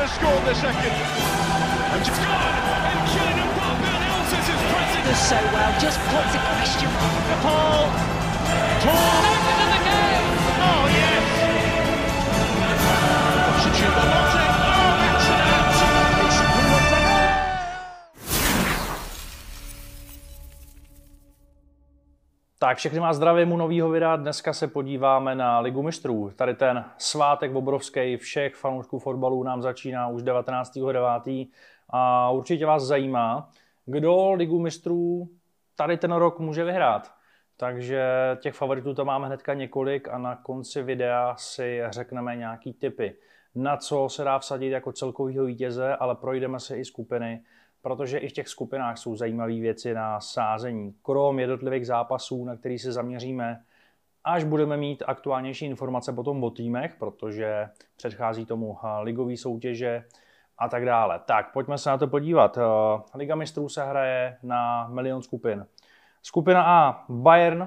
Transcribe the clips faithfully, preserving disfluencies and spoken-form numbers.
scored the second. And just gone. And Kylian Mbappe announces his presence. Does so well, just puts a question mark. Paul. Paul. Into the game. Oh yes. Substitute the logic. Oh, it's an absolute spectacular. Tak všechny vás zdravím u nového videa. Dneska se podíváme na Ligu mistrů. Tady ten svátek obrovský všech fanoušků fotbalu nám začíná už devatenáctého devátého a určitě vás zajímá, kdo Ligu mistrů tady ten rok může vyhrát. Takže těch favoritů tam máme hnedka několik a na konci videa si řekneme nějaký tipy, na co se dá vsadit jako celkovýho vítěze, ale projdeme se i skupiny, protože i v těch skupinách jsou zajímavé věci na sázení. Krom jednotlivých zápasů, na který se zaměříme, až budeme mít aktuálnější informace potom o týmech, protože předchází tomu ligové soutěže a tak dále. Tak, pojďme se na to podívat. Liga mistrů se hraje na milion skupin. Skupina A, Bayern.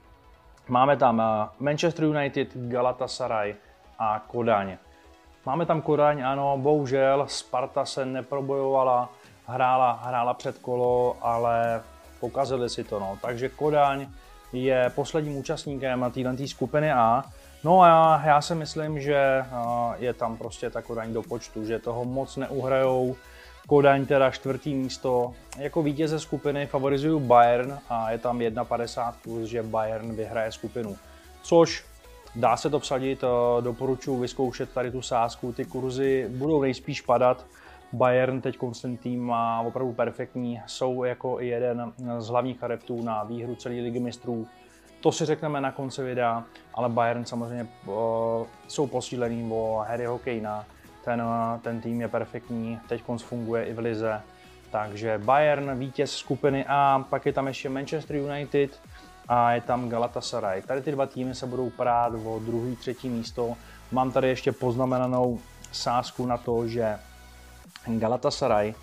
Máme tam Manchester United, Galatasaray a Kodaň. Máme tam Kodaň, ano, bohužel Sparta se neprobojovala, hrála, hrála před kolo, ale pokazili si to. No. Takže Kodaň je posledním účastníkem této skupiny A. No a já, já si myslím, že je tam prostě ta Kodaň do počtu, že toho moc neuhrajou. Kodaň teda čtvrtý místo. Jako vítěze skupiny favorizuju Bayern a je tam jedna padesát plus, že Bayern vyhraje skupinu. Což dá se to vsadit, doporučuji vyzkoušet tady tu sázku, ty kurzy budou nejspíš padat. Bayern teď ten tým má opravdu perfektní, jsou jako jeden z hlavních adeptů na výhru celé ligy mistrů. To si řekneme na konci videa, ale Bayern samozřejmě o, jsou posílený o Harryho Kanea. Ten, ten tým je perfektní, teď funguje i v lize. Takže Bayern, vítěz skupiny A, pak je tam ještě Manchester United a je tam Galatasaray. Tady ty dva týmy se budou prát o druhý, třetí místo. Mám tady ještě poznamenanou sázku na to, že Galatasaray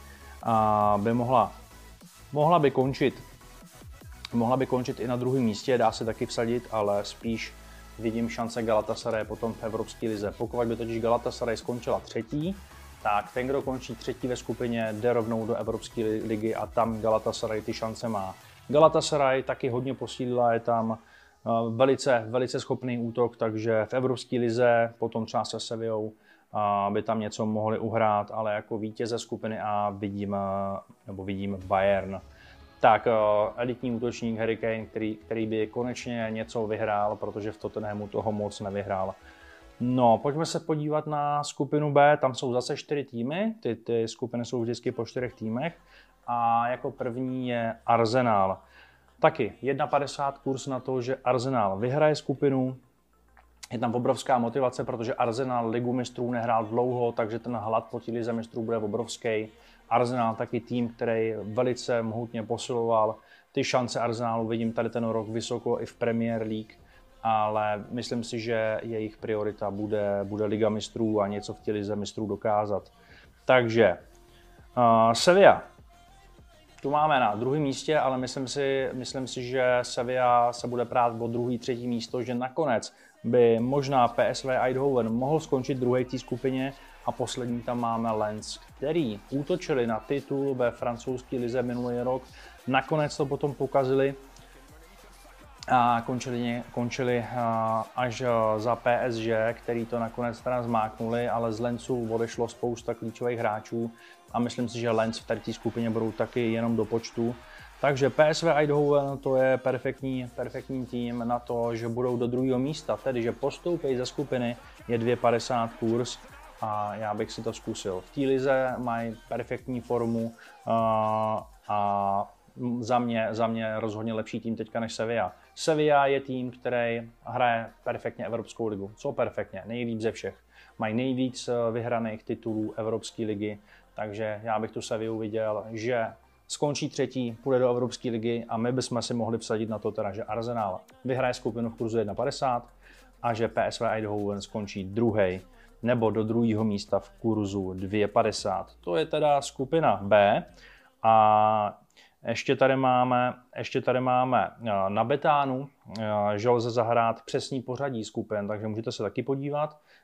by mohla, mohla by končit, mohla by končit i na druhém místě, dá se taky vsadit, ale spíš vidím šance Galatasaray potom v Evropské lize. Pokud by totiž Galatasaray skončila třetí, tak ten, kdo končí třetí ve skupině, jde rovnou do Evropské ligy a tam Galatasaray ty šance má. Galatasaray taky hodně posílila, je tam velice, velice schopný útok, takže v Evropské lize potom třeba se Sevillou by tam něco mohli uhrát, ale jako vítěze skupiny A vidím, nebo vidím Bayern. Tak elitní útočník Harry Kane, který, který by konečně něco vyhrál, protože v Tottenhamu toho moc nevyhrál. No, pojďme se podívat na skupinu B, tam jsou zase čtyři týmy, ty, ty skupiny jsou vždycky po čtyřech týmech a jako první je Arsenal. Taky jedna padesát kurz na to, že Arsenal vyhraje skupinu. Je tam obrovská motivace, protože Arsenal ligu mistrů nehrál dlouho, takže ten hlad po té lize mistrů bude obrovský. Arsenal taky tým, který velice mohutně posiloval. Ty šance Arsenalu vidím tady ten rok vysoko i v Premier League, ale myslím si, že jejich priorita bude, bude liga mistrů a něco v té lize mistrů dokázat. Takže uh, Sevilla. Tu máme na druhém místě, ale myslím si, myslím si, že Sevilla se bude prát o druhý, třetí místo, že nakonec by možná P S V Eindhoven mohl skončit druhý v té skupině a poslední tam máme Lens, který útočili na titul ve francouzské lize minulý rok. Nakonec to potom pokazili a končili, končili až za P S G, který to nakonec teda zmáknuli, ale z Lensu odešlo spousta klíčových hráčů a myslím si, že Lens v té skupině budou taky jenom do počtu. Takže P S V Eindhoven to je perfektní, perfektní tým na to, že budou do druhého místa, tedy že postoupí ze skupiny, je dva padesát kurz a já bych si to zkusil. V té lize mají perfektní formu a, a za mě, za mě rozhodně lepší tým teďka než Sevilla. Sevilla je tým, který hraje perfektně Evropskou ligu. Co perfektně? Nejlíp ze všech. Mají nejvíc vyhraných titulů Evropské ligy, takže já bych tu Sevillu viděl, že skončí třetí, půjde do Evropské ligy a my bychom si mohli vsadit na to teda, že Arsenal vyhraje skupinu v kurzu jedna padesát a že P S V Eindhoven skončí druhý nebo do druhého místa v kurzu dva padesát. To je teda skupina B a ještě tady máme, ještě tady máme na Betánu, že lze zahrát přesný pořadí skupin, takže můžete se taky podívat.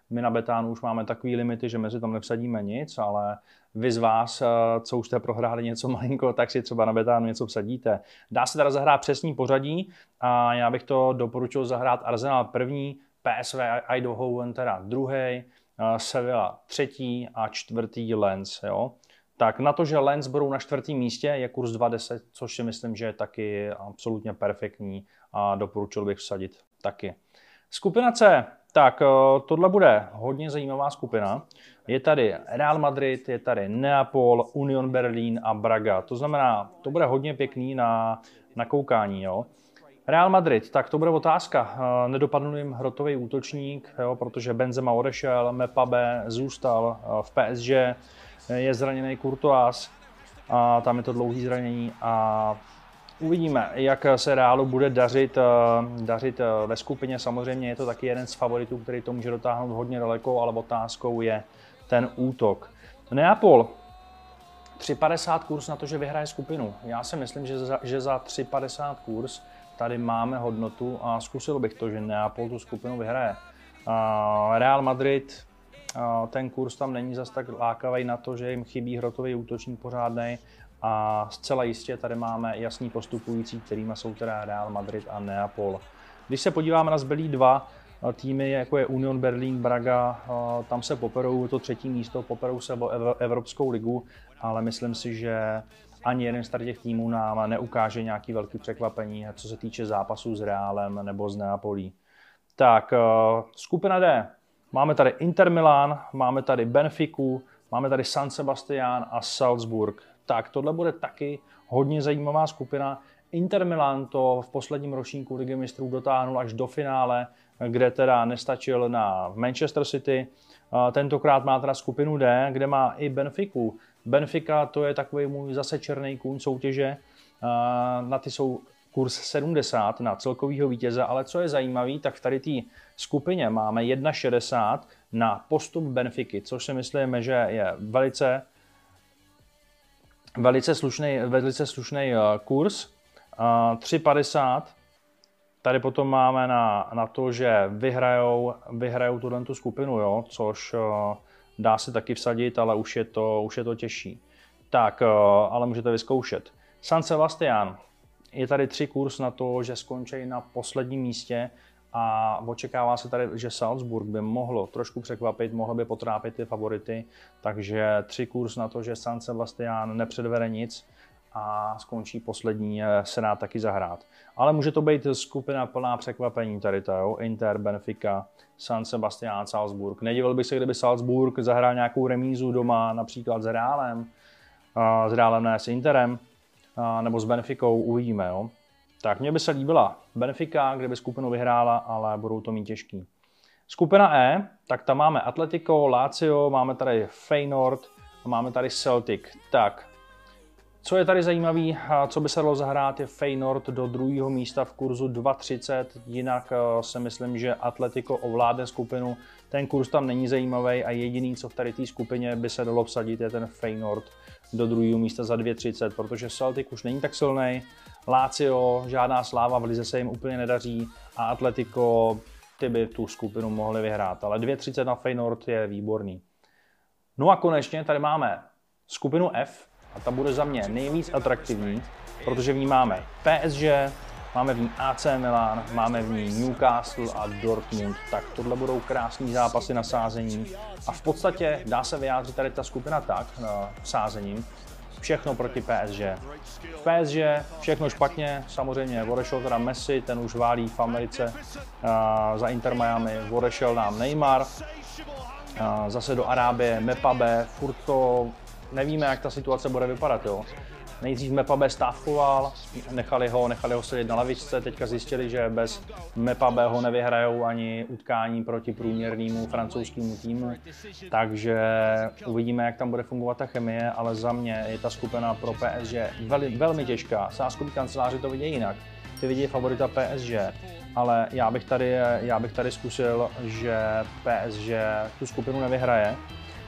My na betánu už máme takový limity, že mezi tam nevsadíme nic, ale vy z vás, co už jste prohráli něco malinko, tak si třeba na betánu něco vsadíte. Dá se teda zahrát přesný pořadí a já bych to doporučil zahrát Arsenal první, P S V Eindhoven teda druhý, Sevilla třetí a čtvrtý Lens. Jo? Tak na to, že Lens budou na čtvrtém místě, je kurz dva deset, což si myslím, že je taky absolutně perfektní a doporučil bych vsadit taky. Skupina C. Tak tohle bude hodně zajímavá skupina. Je tady Real Madrid, je tady Neapol, Union Berlin a Braga. To znamená, to bude hodně pěkný na, na koukání. Jo? Real Madrid, tak to bude otázka. Nedopadl jim hrotový útočník, jo, protože Benzema odešel, Mbappé zůstal v P S G, je zraněný Courtois, a tam je to dlouhý zranění a uvidíme, jak se Realu bude dařit, dařit ve skupině. Samozřejmě je to taky jeden z favoritů, který to může dotáhnout hodně daleko, ale otázkou je ten útok. Neapol, tři padesát kurz na to, že vyhraje skupinu. Já si myslím, že za, že za tři padesát kurz tady máme hodnotu a zkusil bych to, že Neapol tu skupinu vyhraje. Real Madrid, ten kurz tam není zas tak lákavý na to, že jim chybí hrotový útočník pořádnej a zcela jistě tady máme jasný postupující, kterými jsou teda Real Madrid a Neapol. Když se podíváme na zbylý dva týmy, jako je Union Berlin, Braga, tam se poperou to třetí místo, poperou se o Evropskou ligu, ale myslím si, že ani jeden z těch týmů nám neukáže nějaký velký překvapení, co se týče zápasů s Realem nebo s Neapolí. Tak, skupina D. Máme tady Inter Milan, máme tady Benfiku, máme tady San Sebastián a Salzburg. Tak, tohle bude taky hodně zajímavá skupina. Inter Milan to v posledním ročníku Ligy mistrů dotáhnul až do finále, kde teda nestačil na Manchester City. Tentokrát má teda skupinu D, kde má i Benfiku. Benfica to je takový můj zase černý kůň soutěže. Na ty jsou kurz sedmdesát na celkovýho vítěze, ale co je zajímavý, tak v tady té skupině máme jedna šedesát na postup Benfiky, což si myslíme, že je velice, velice slušný, velice slušný kurz. tři padesát. Tady potom máme na, na to, že vyhrajou, vyhrajou tuhle tu skupinu, jo, což dá se taky vsadit, ale už je to, už je to těžší. Tak, ale můžete vyzkoušet. San Sebastián. Je tady tři kurz na to, že skončí na posledním místě a očekává se tady, že Salzburg by mohlo trošku překvapit, mohlo by potrápit ty favority, takže tři kurz na to, že San Sebastián nepředvede nic a skončí poslední, se dá taky zahrát. Ale může to být skupina plná překvapení tady to, jo? Inter, Benfica, San Sebastián, Salzburg. Nedivil bych se, kdyby Salzburg zahrál nějakou remízu doma, například s Realem, s Realem ne s Interem, nebo s Benficou, uvidíme. Jo? Tak mně by se líbila Benfica, kdyby skupinu vyhrála, ale budou to mít těžký. Skupina E, tak tam máme Atletico, Lazio, máme tady Feyenoord a máme tady Celtic. Tak, co je tady zajímavé, co by se dalo zahrát, je Feyenoord do druhého místa v kurzu dva třicet, jinak si myslím, že Atletico ovládne skupinu. Ten kurz tam není zajímavý a jediný, co v tady té skupině by se dalo vsadit, je ten Feyenoord do druhého místa za dva třicet, protože Celtic už není tak silný, Lazio, žádná sláva, v lize se jim úplně nedaří a Atletico, ty by tu skupinu mohli vyhrát, ale dva třicet na Feyenoord je výborný. No a konečně tady máme skupinu F a ta bude za mě nejvíc atraktivní, protože v ní máme P S G, máme v ní A C Milan, máme v ní Newcastle a Dortmund. Tak tohle budou krásný zápasy na sázení a v podstatě dá se vyjádřit tady ta skupina tak na sázením. Všechno proti P S G. V P S G všechno špatně, samozřejmě odešel teda Messi, ten už válí v Americe uh, za Inter Miami, odešel nám Neymar, uh, zase do Arábie, Mbappé, furt to nevíme, jak ta situace bude vypadat. Jo. Nejdřív Mbappé stávkoval, nechali ho, nechali ho sedět na lavičce, teďka zjistili, že bez Mbappého nevyhrajou ani utkání proti průměrnému francouzskému týmu, takže uvidíme, jak tam bude fungovat ta chemie, ale za mě je ta skupina pro P S G veli, velmi těžká. Sázkoví kanceláři to vidějí jinak, ty vidí favorita P S G, ale já bych tady, já bych tady zkusil, že P S G tu skupinu nevyhraje.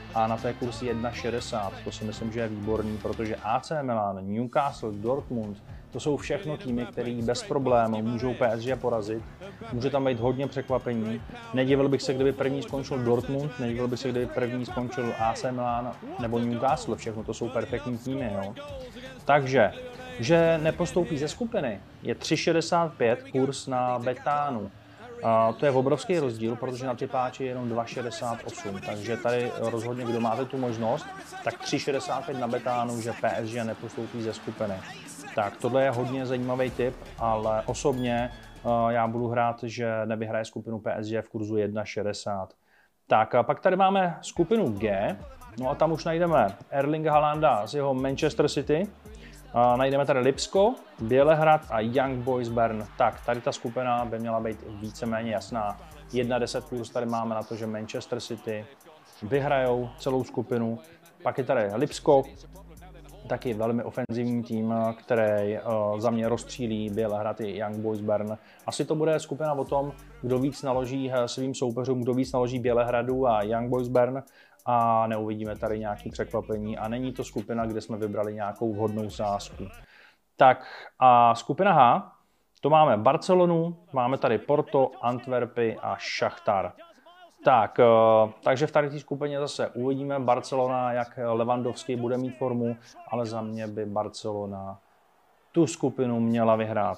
a na to je kurz jedna šedesát. To si myslím, že je výborný, protože A C Milan, Newcastle, Dortmund, to jsou všechno týmy, které bez problémů můžou P S G porazit. Může tam být hodně překvapení. Nedivil bych se, kdyby první skončil Dortmund, nedivil bych se, kdyby první skončil A C Milan nebo Newcastle. Všechno to jsou perfektní týmy. Jo. Takže, že nepostoupí ze skupiny, je tři šedesát pět kurz na Betánu. A to je obrovský rozdíl, protože na typáči je jenom dva šedesát osm, takže tady rozhodně, kdo máte tu možnost, tak tři šedesát pět na Betánu, že P S G nepostoupí ze skupiny. Tak tohle je hodně zajímavý tip, ale osobně uh, já budu hrát, že nevyhraje skupinu P S G v kurzu jedna šedesát. Tak a pak tady máme skupinu G, no a tam už najdeme Erlinga Haalanda z jeho Manchester City. A najdeme tady Lipsko, Bělehrad a Young Boys Bern. Tak, tady ta skupina by měla být víceméně jasná. jedna deset kurz tady máme na to, že Manchester City vyhrajou celou skupinu. Pak je tady Lipsko, taky velmi ofenzivní tým, který uh, za mě rozstřílí Bělehrad i Young Boys Bern. Asi to bude skupina o tom, kdo víc naloží svým soupeřům, kdo víc naloží Bělehradu a Young Boys Bern. A neuvidíme tady nějaké překvapení a není to skupina, kde jsme vybrali nějakou vhodnou sázku. Tak a skupina H, to máme Barcelonu, máme tady Porto, Antwerpy a Šachtar. Tak, takže v tady té skupině zase uvidíme Barcelona, jak Lewandowski bude mít formu, ale za mě by Barcelona tu skupinu měla vyhrát.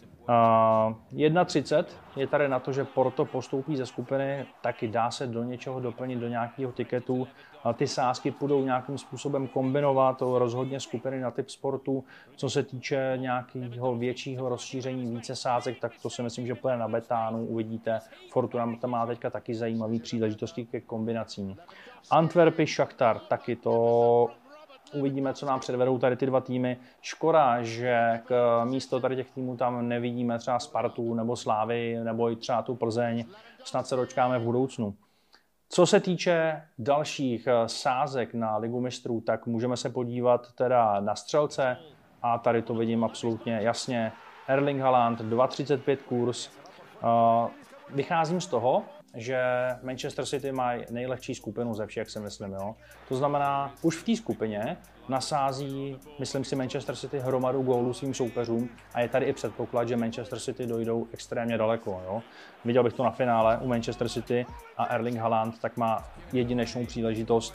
Uh, jedna třicet je tady na to, že Porto postoupí ze skupiny, taky dá se do něčeho doplnit, do nějakého tiketu. Uh, ty sázky půjdou nějakým způsobem kombinovat, to rozhodně skupiny na typ sportu. Co se týče nějakého většího rozšíření, více sázek, tak to si myslím, že půjde na Betánu, uvidíte. Fortuna tam má teďka taky zajímavé příležitosti ke kombinacím. Antwerpy, Šachtar, taky to... Uvidíme, co nám předvedou tady ty dva týmy. Škoda, že k místo tady těch týmů tam nevidíme třeba Spartu nebo Slávy nebo i třeba tu Plzeň. Snad se dočkáme v budoucnu. Co se týče dalších sázek na Ligu mistrů, tak můžeme se podívat teda na střelce a tady to vidím absolutně jasně. Erling Haaland, dva třicet pět kurz. Vycházím z toho, že Manchester City má nejlehčí skupinu ze všech, si myslím. Jo. To znamená, už v té skupině nasází, myslím si, Manchester City hromadu gólů svým soupeřům a je tady i předpoklad, že Manchester City dojdou extrémně daleko. Jo. Viděl bych to na finále u Manchester City a Erling Haaland tak má jedinečnou příležitost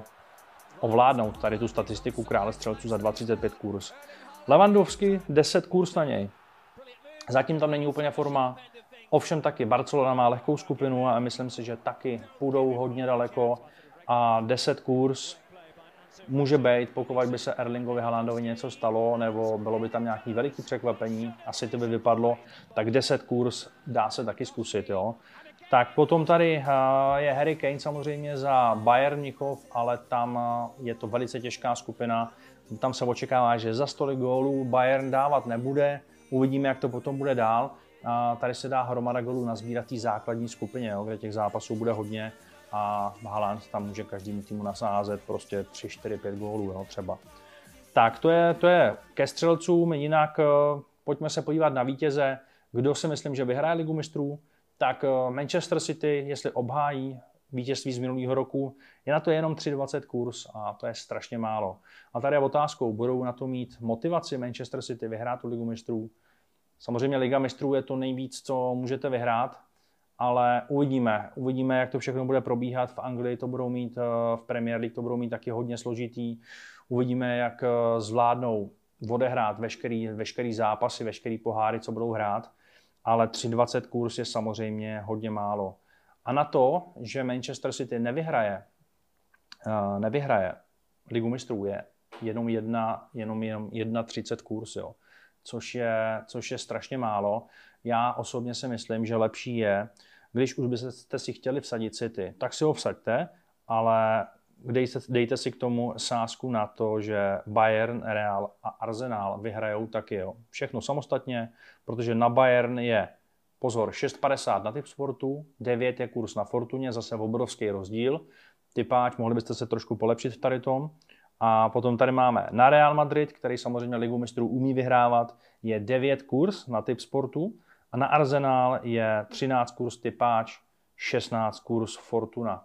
ovládnout tady tu statistiku krále střelců za dva třicet pět kurz. Lewandowski deset kurz na něj. Zatím tam není úplně forma. Ovšem taky Barcelona má lehkou skupinu a myslím si, že taky půjdou hodně daleko a deset kurz může být, pokud by se Erlingovi Haalandovi něco stalo nebo bylo by tam nějaký veliký překvapení, asi to by vypadlo, tak deset kurz dá se taky zkusit. Jo. Tak potom tady je Harry Kane samozřejmě za Bayern Mnichov, ale tam je to velice těžká skupina. Tam se očekává, že za stolik gólů Bayern dávat nebude, uvidíme, jak to potom bude dál. A tady se dá hromada gólů nazbírat v té základní skupině, jo, kde těch zápasů bude hodně a Haaland tam může každému týmu nasázet prostě tři, čtyři, pět gólů, jo, třeba. Tak to je, to je ke střelcům, jinak pojďme se podívat na vítěze. Kdo si myslím, že vyhraje Ligu mistrů, tak Manchester City, jestli obhájí vítězství z minulého roku, je na to jenom tři dvacet kurz a to je strašně málo. A tady je otázkou, budou na to mít motivaci Manchester City vyhrát tu Ligu mistrů? Samozřejmě Liga mistrů je to nejvíc, co můžete vyhrát, ale uvidíme. Uvidíme, jak to všechno bude probíhat. V Anglii to budou mít, v Premier League to budou mít taky hodně složitý. Uvidíme, jak zvládnou odehrát veškerý, veškerý zápasy, veškerý poháry, co budou hrát. Ale tři dvacet kurz je samozřejmě hodně málo. A na to, že Manchester City nevyhraje, nevyhraje Ligu mistrů, je jenom jedna, jenom, jenom jedna třicet kurz, jo. Což je, což je strašně málo. Já osobně si myslím, že lepší je, když už byste si chtěli vsadit City, tak si ho vsaďte, ale dejte, dejte si k tomu sázku na to, že Bayern, Real a Arsenal vyhrajou taky. Jo. Všechno samostatně, protože na Bayern je, pozor, šest padesát na typ sportu, devět je kurz na Fortuně, zase obrovský rozdíl. Typáč, mohli byste se trošku polepšit v tady tom. A potom tady máme na Real Madrid, který samozřejmě Ligu mistrů umí vyhrávat, je devět kurz na typ sportu a na Arsenal je třináct kurz typáč, šestnáct kurz Fortuna.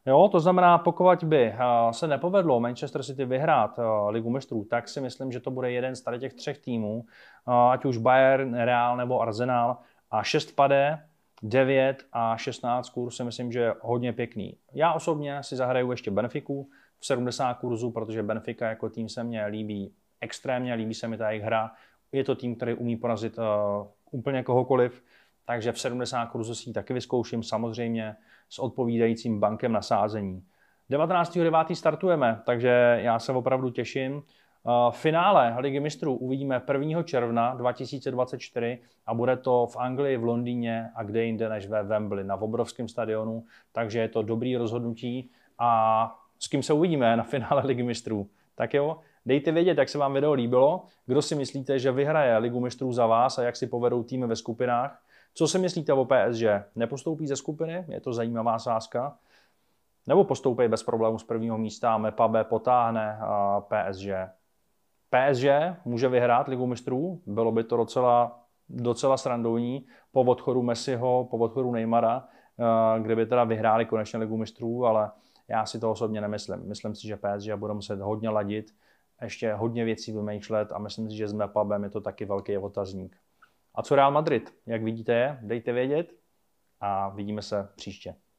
Jo, to znamená, pokud by se nepovedlo Manchester City vyhrát Ligu mistrů, tak si myslím, že to bude jeden z tady těch třech týmů, ať už Bayern, Real nebo Arsenal. A šest pade, devět a šestnáct kurz si myslím, že je hodně pěkný. Já osobně si zahraju ještě Benfiku v sedmdesát kurzu, protože Benfica jako tým se mně líbí extrémně, líbí se mi ta jejich hra. Je to tým, který umí porazit uh, úplně kohokoliv, takže v sedmdesát kurzu si ji taky vyzkouším, samozřejmě s odpovídajícím bankem na sázení. devatenáctého devátého startujeme, takže já se opravdu těším. V finále Ligy mistrů uvidíme prvního června dva tisíce dvacet čtyři a bude to v Anglii, v Londýně a kde jinde než ve Wembley, na obrovském stadionu, takže je to dobrý rozhodnutí a s kým se uvidíme na finále Ligy mistrů. Tak jo, dejte vědět, jak se vám video líbilo, kdo si myslíte, že vyhraje Ligu mistrů za vás a jak si povedou týmy ve skupinách. Co si myslíte o P S G? Nepostoupí ze skupiny? Je to zajímavá sázka. Nebo postoupí bez problémů z prvního místa a Mbappé potáhne P S G? P S G může vyhrát Ligu mistrů, bylo by to docela, docela srandovní po odchodu Messiho, po odchodu Neymara, kde by teda vyhráli konečně Ligu mistrů, ale já si to osobně nemyslím. Myslím si, že P S G bude muset hodně ladit, ještě hodně věcí vymýšlet a myslím si, že s Mbappém je to taky velký otazník. A co Real Madrid? Jak vidíte je? Dejte vědět a vidíme se příště.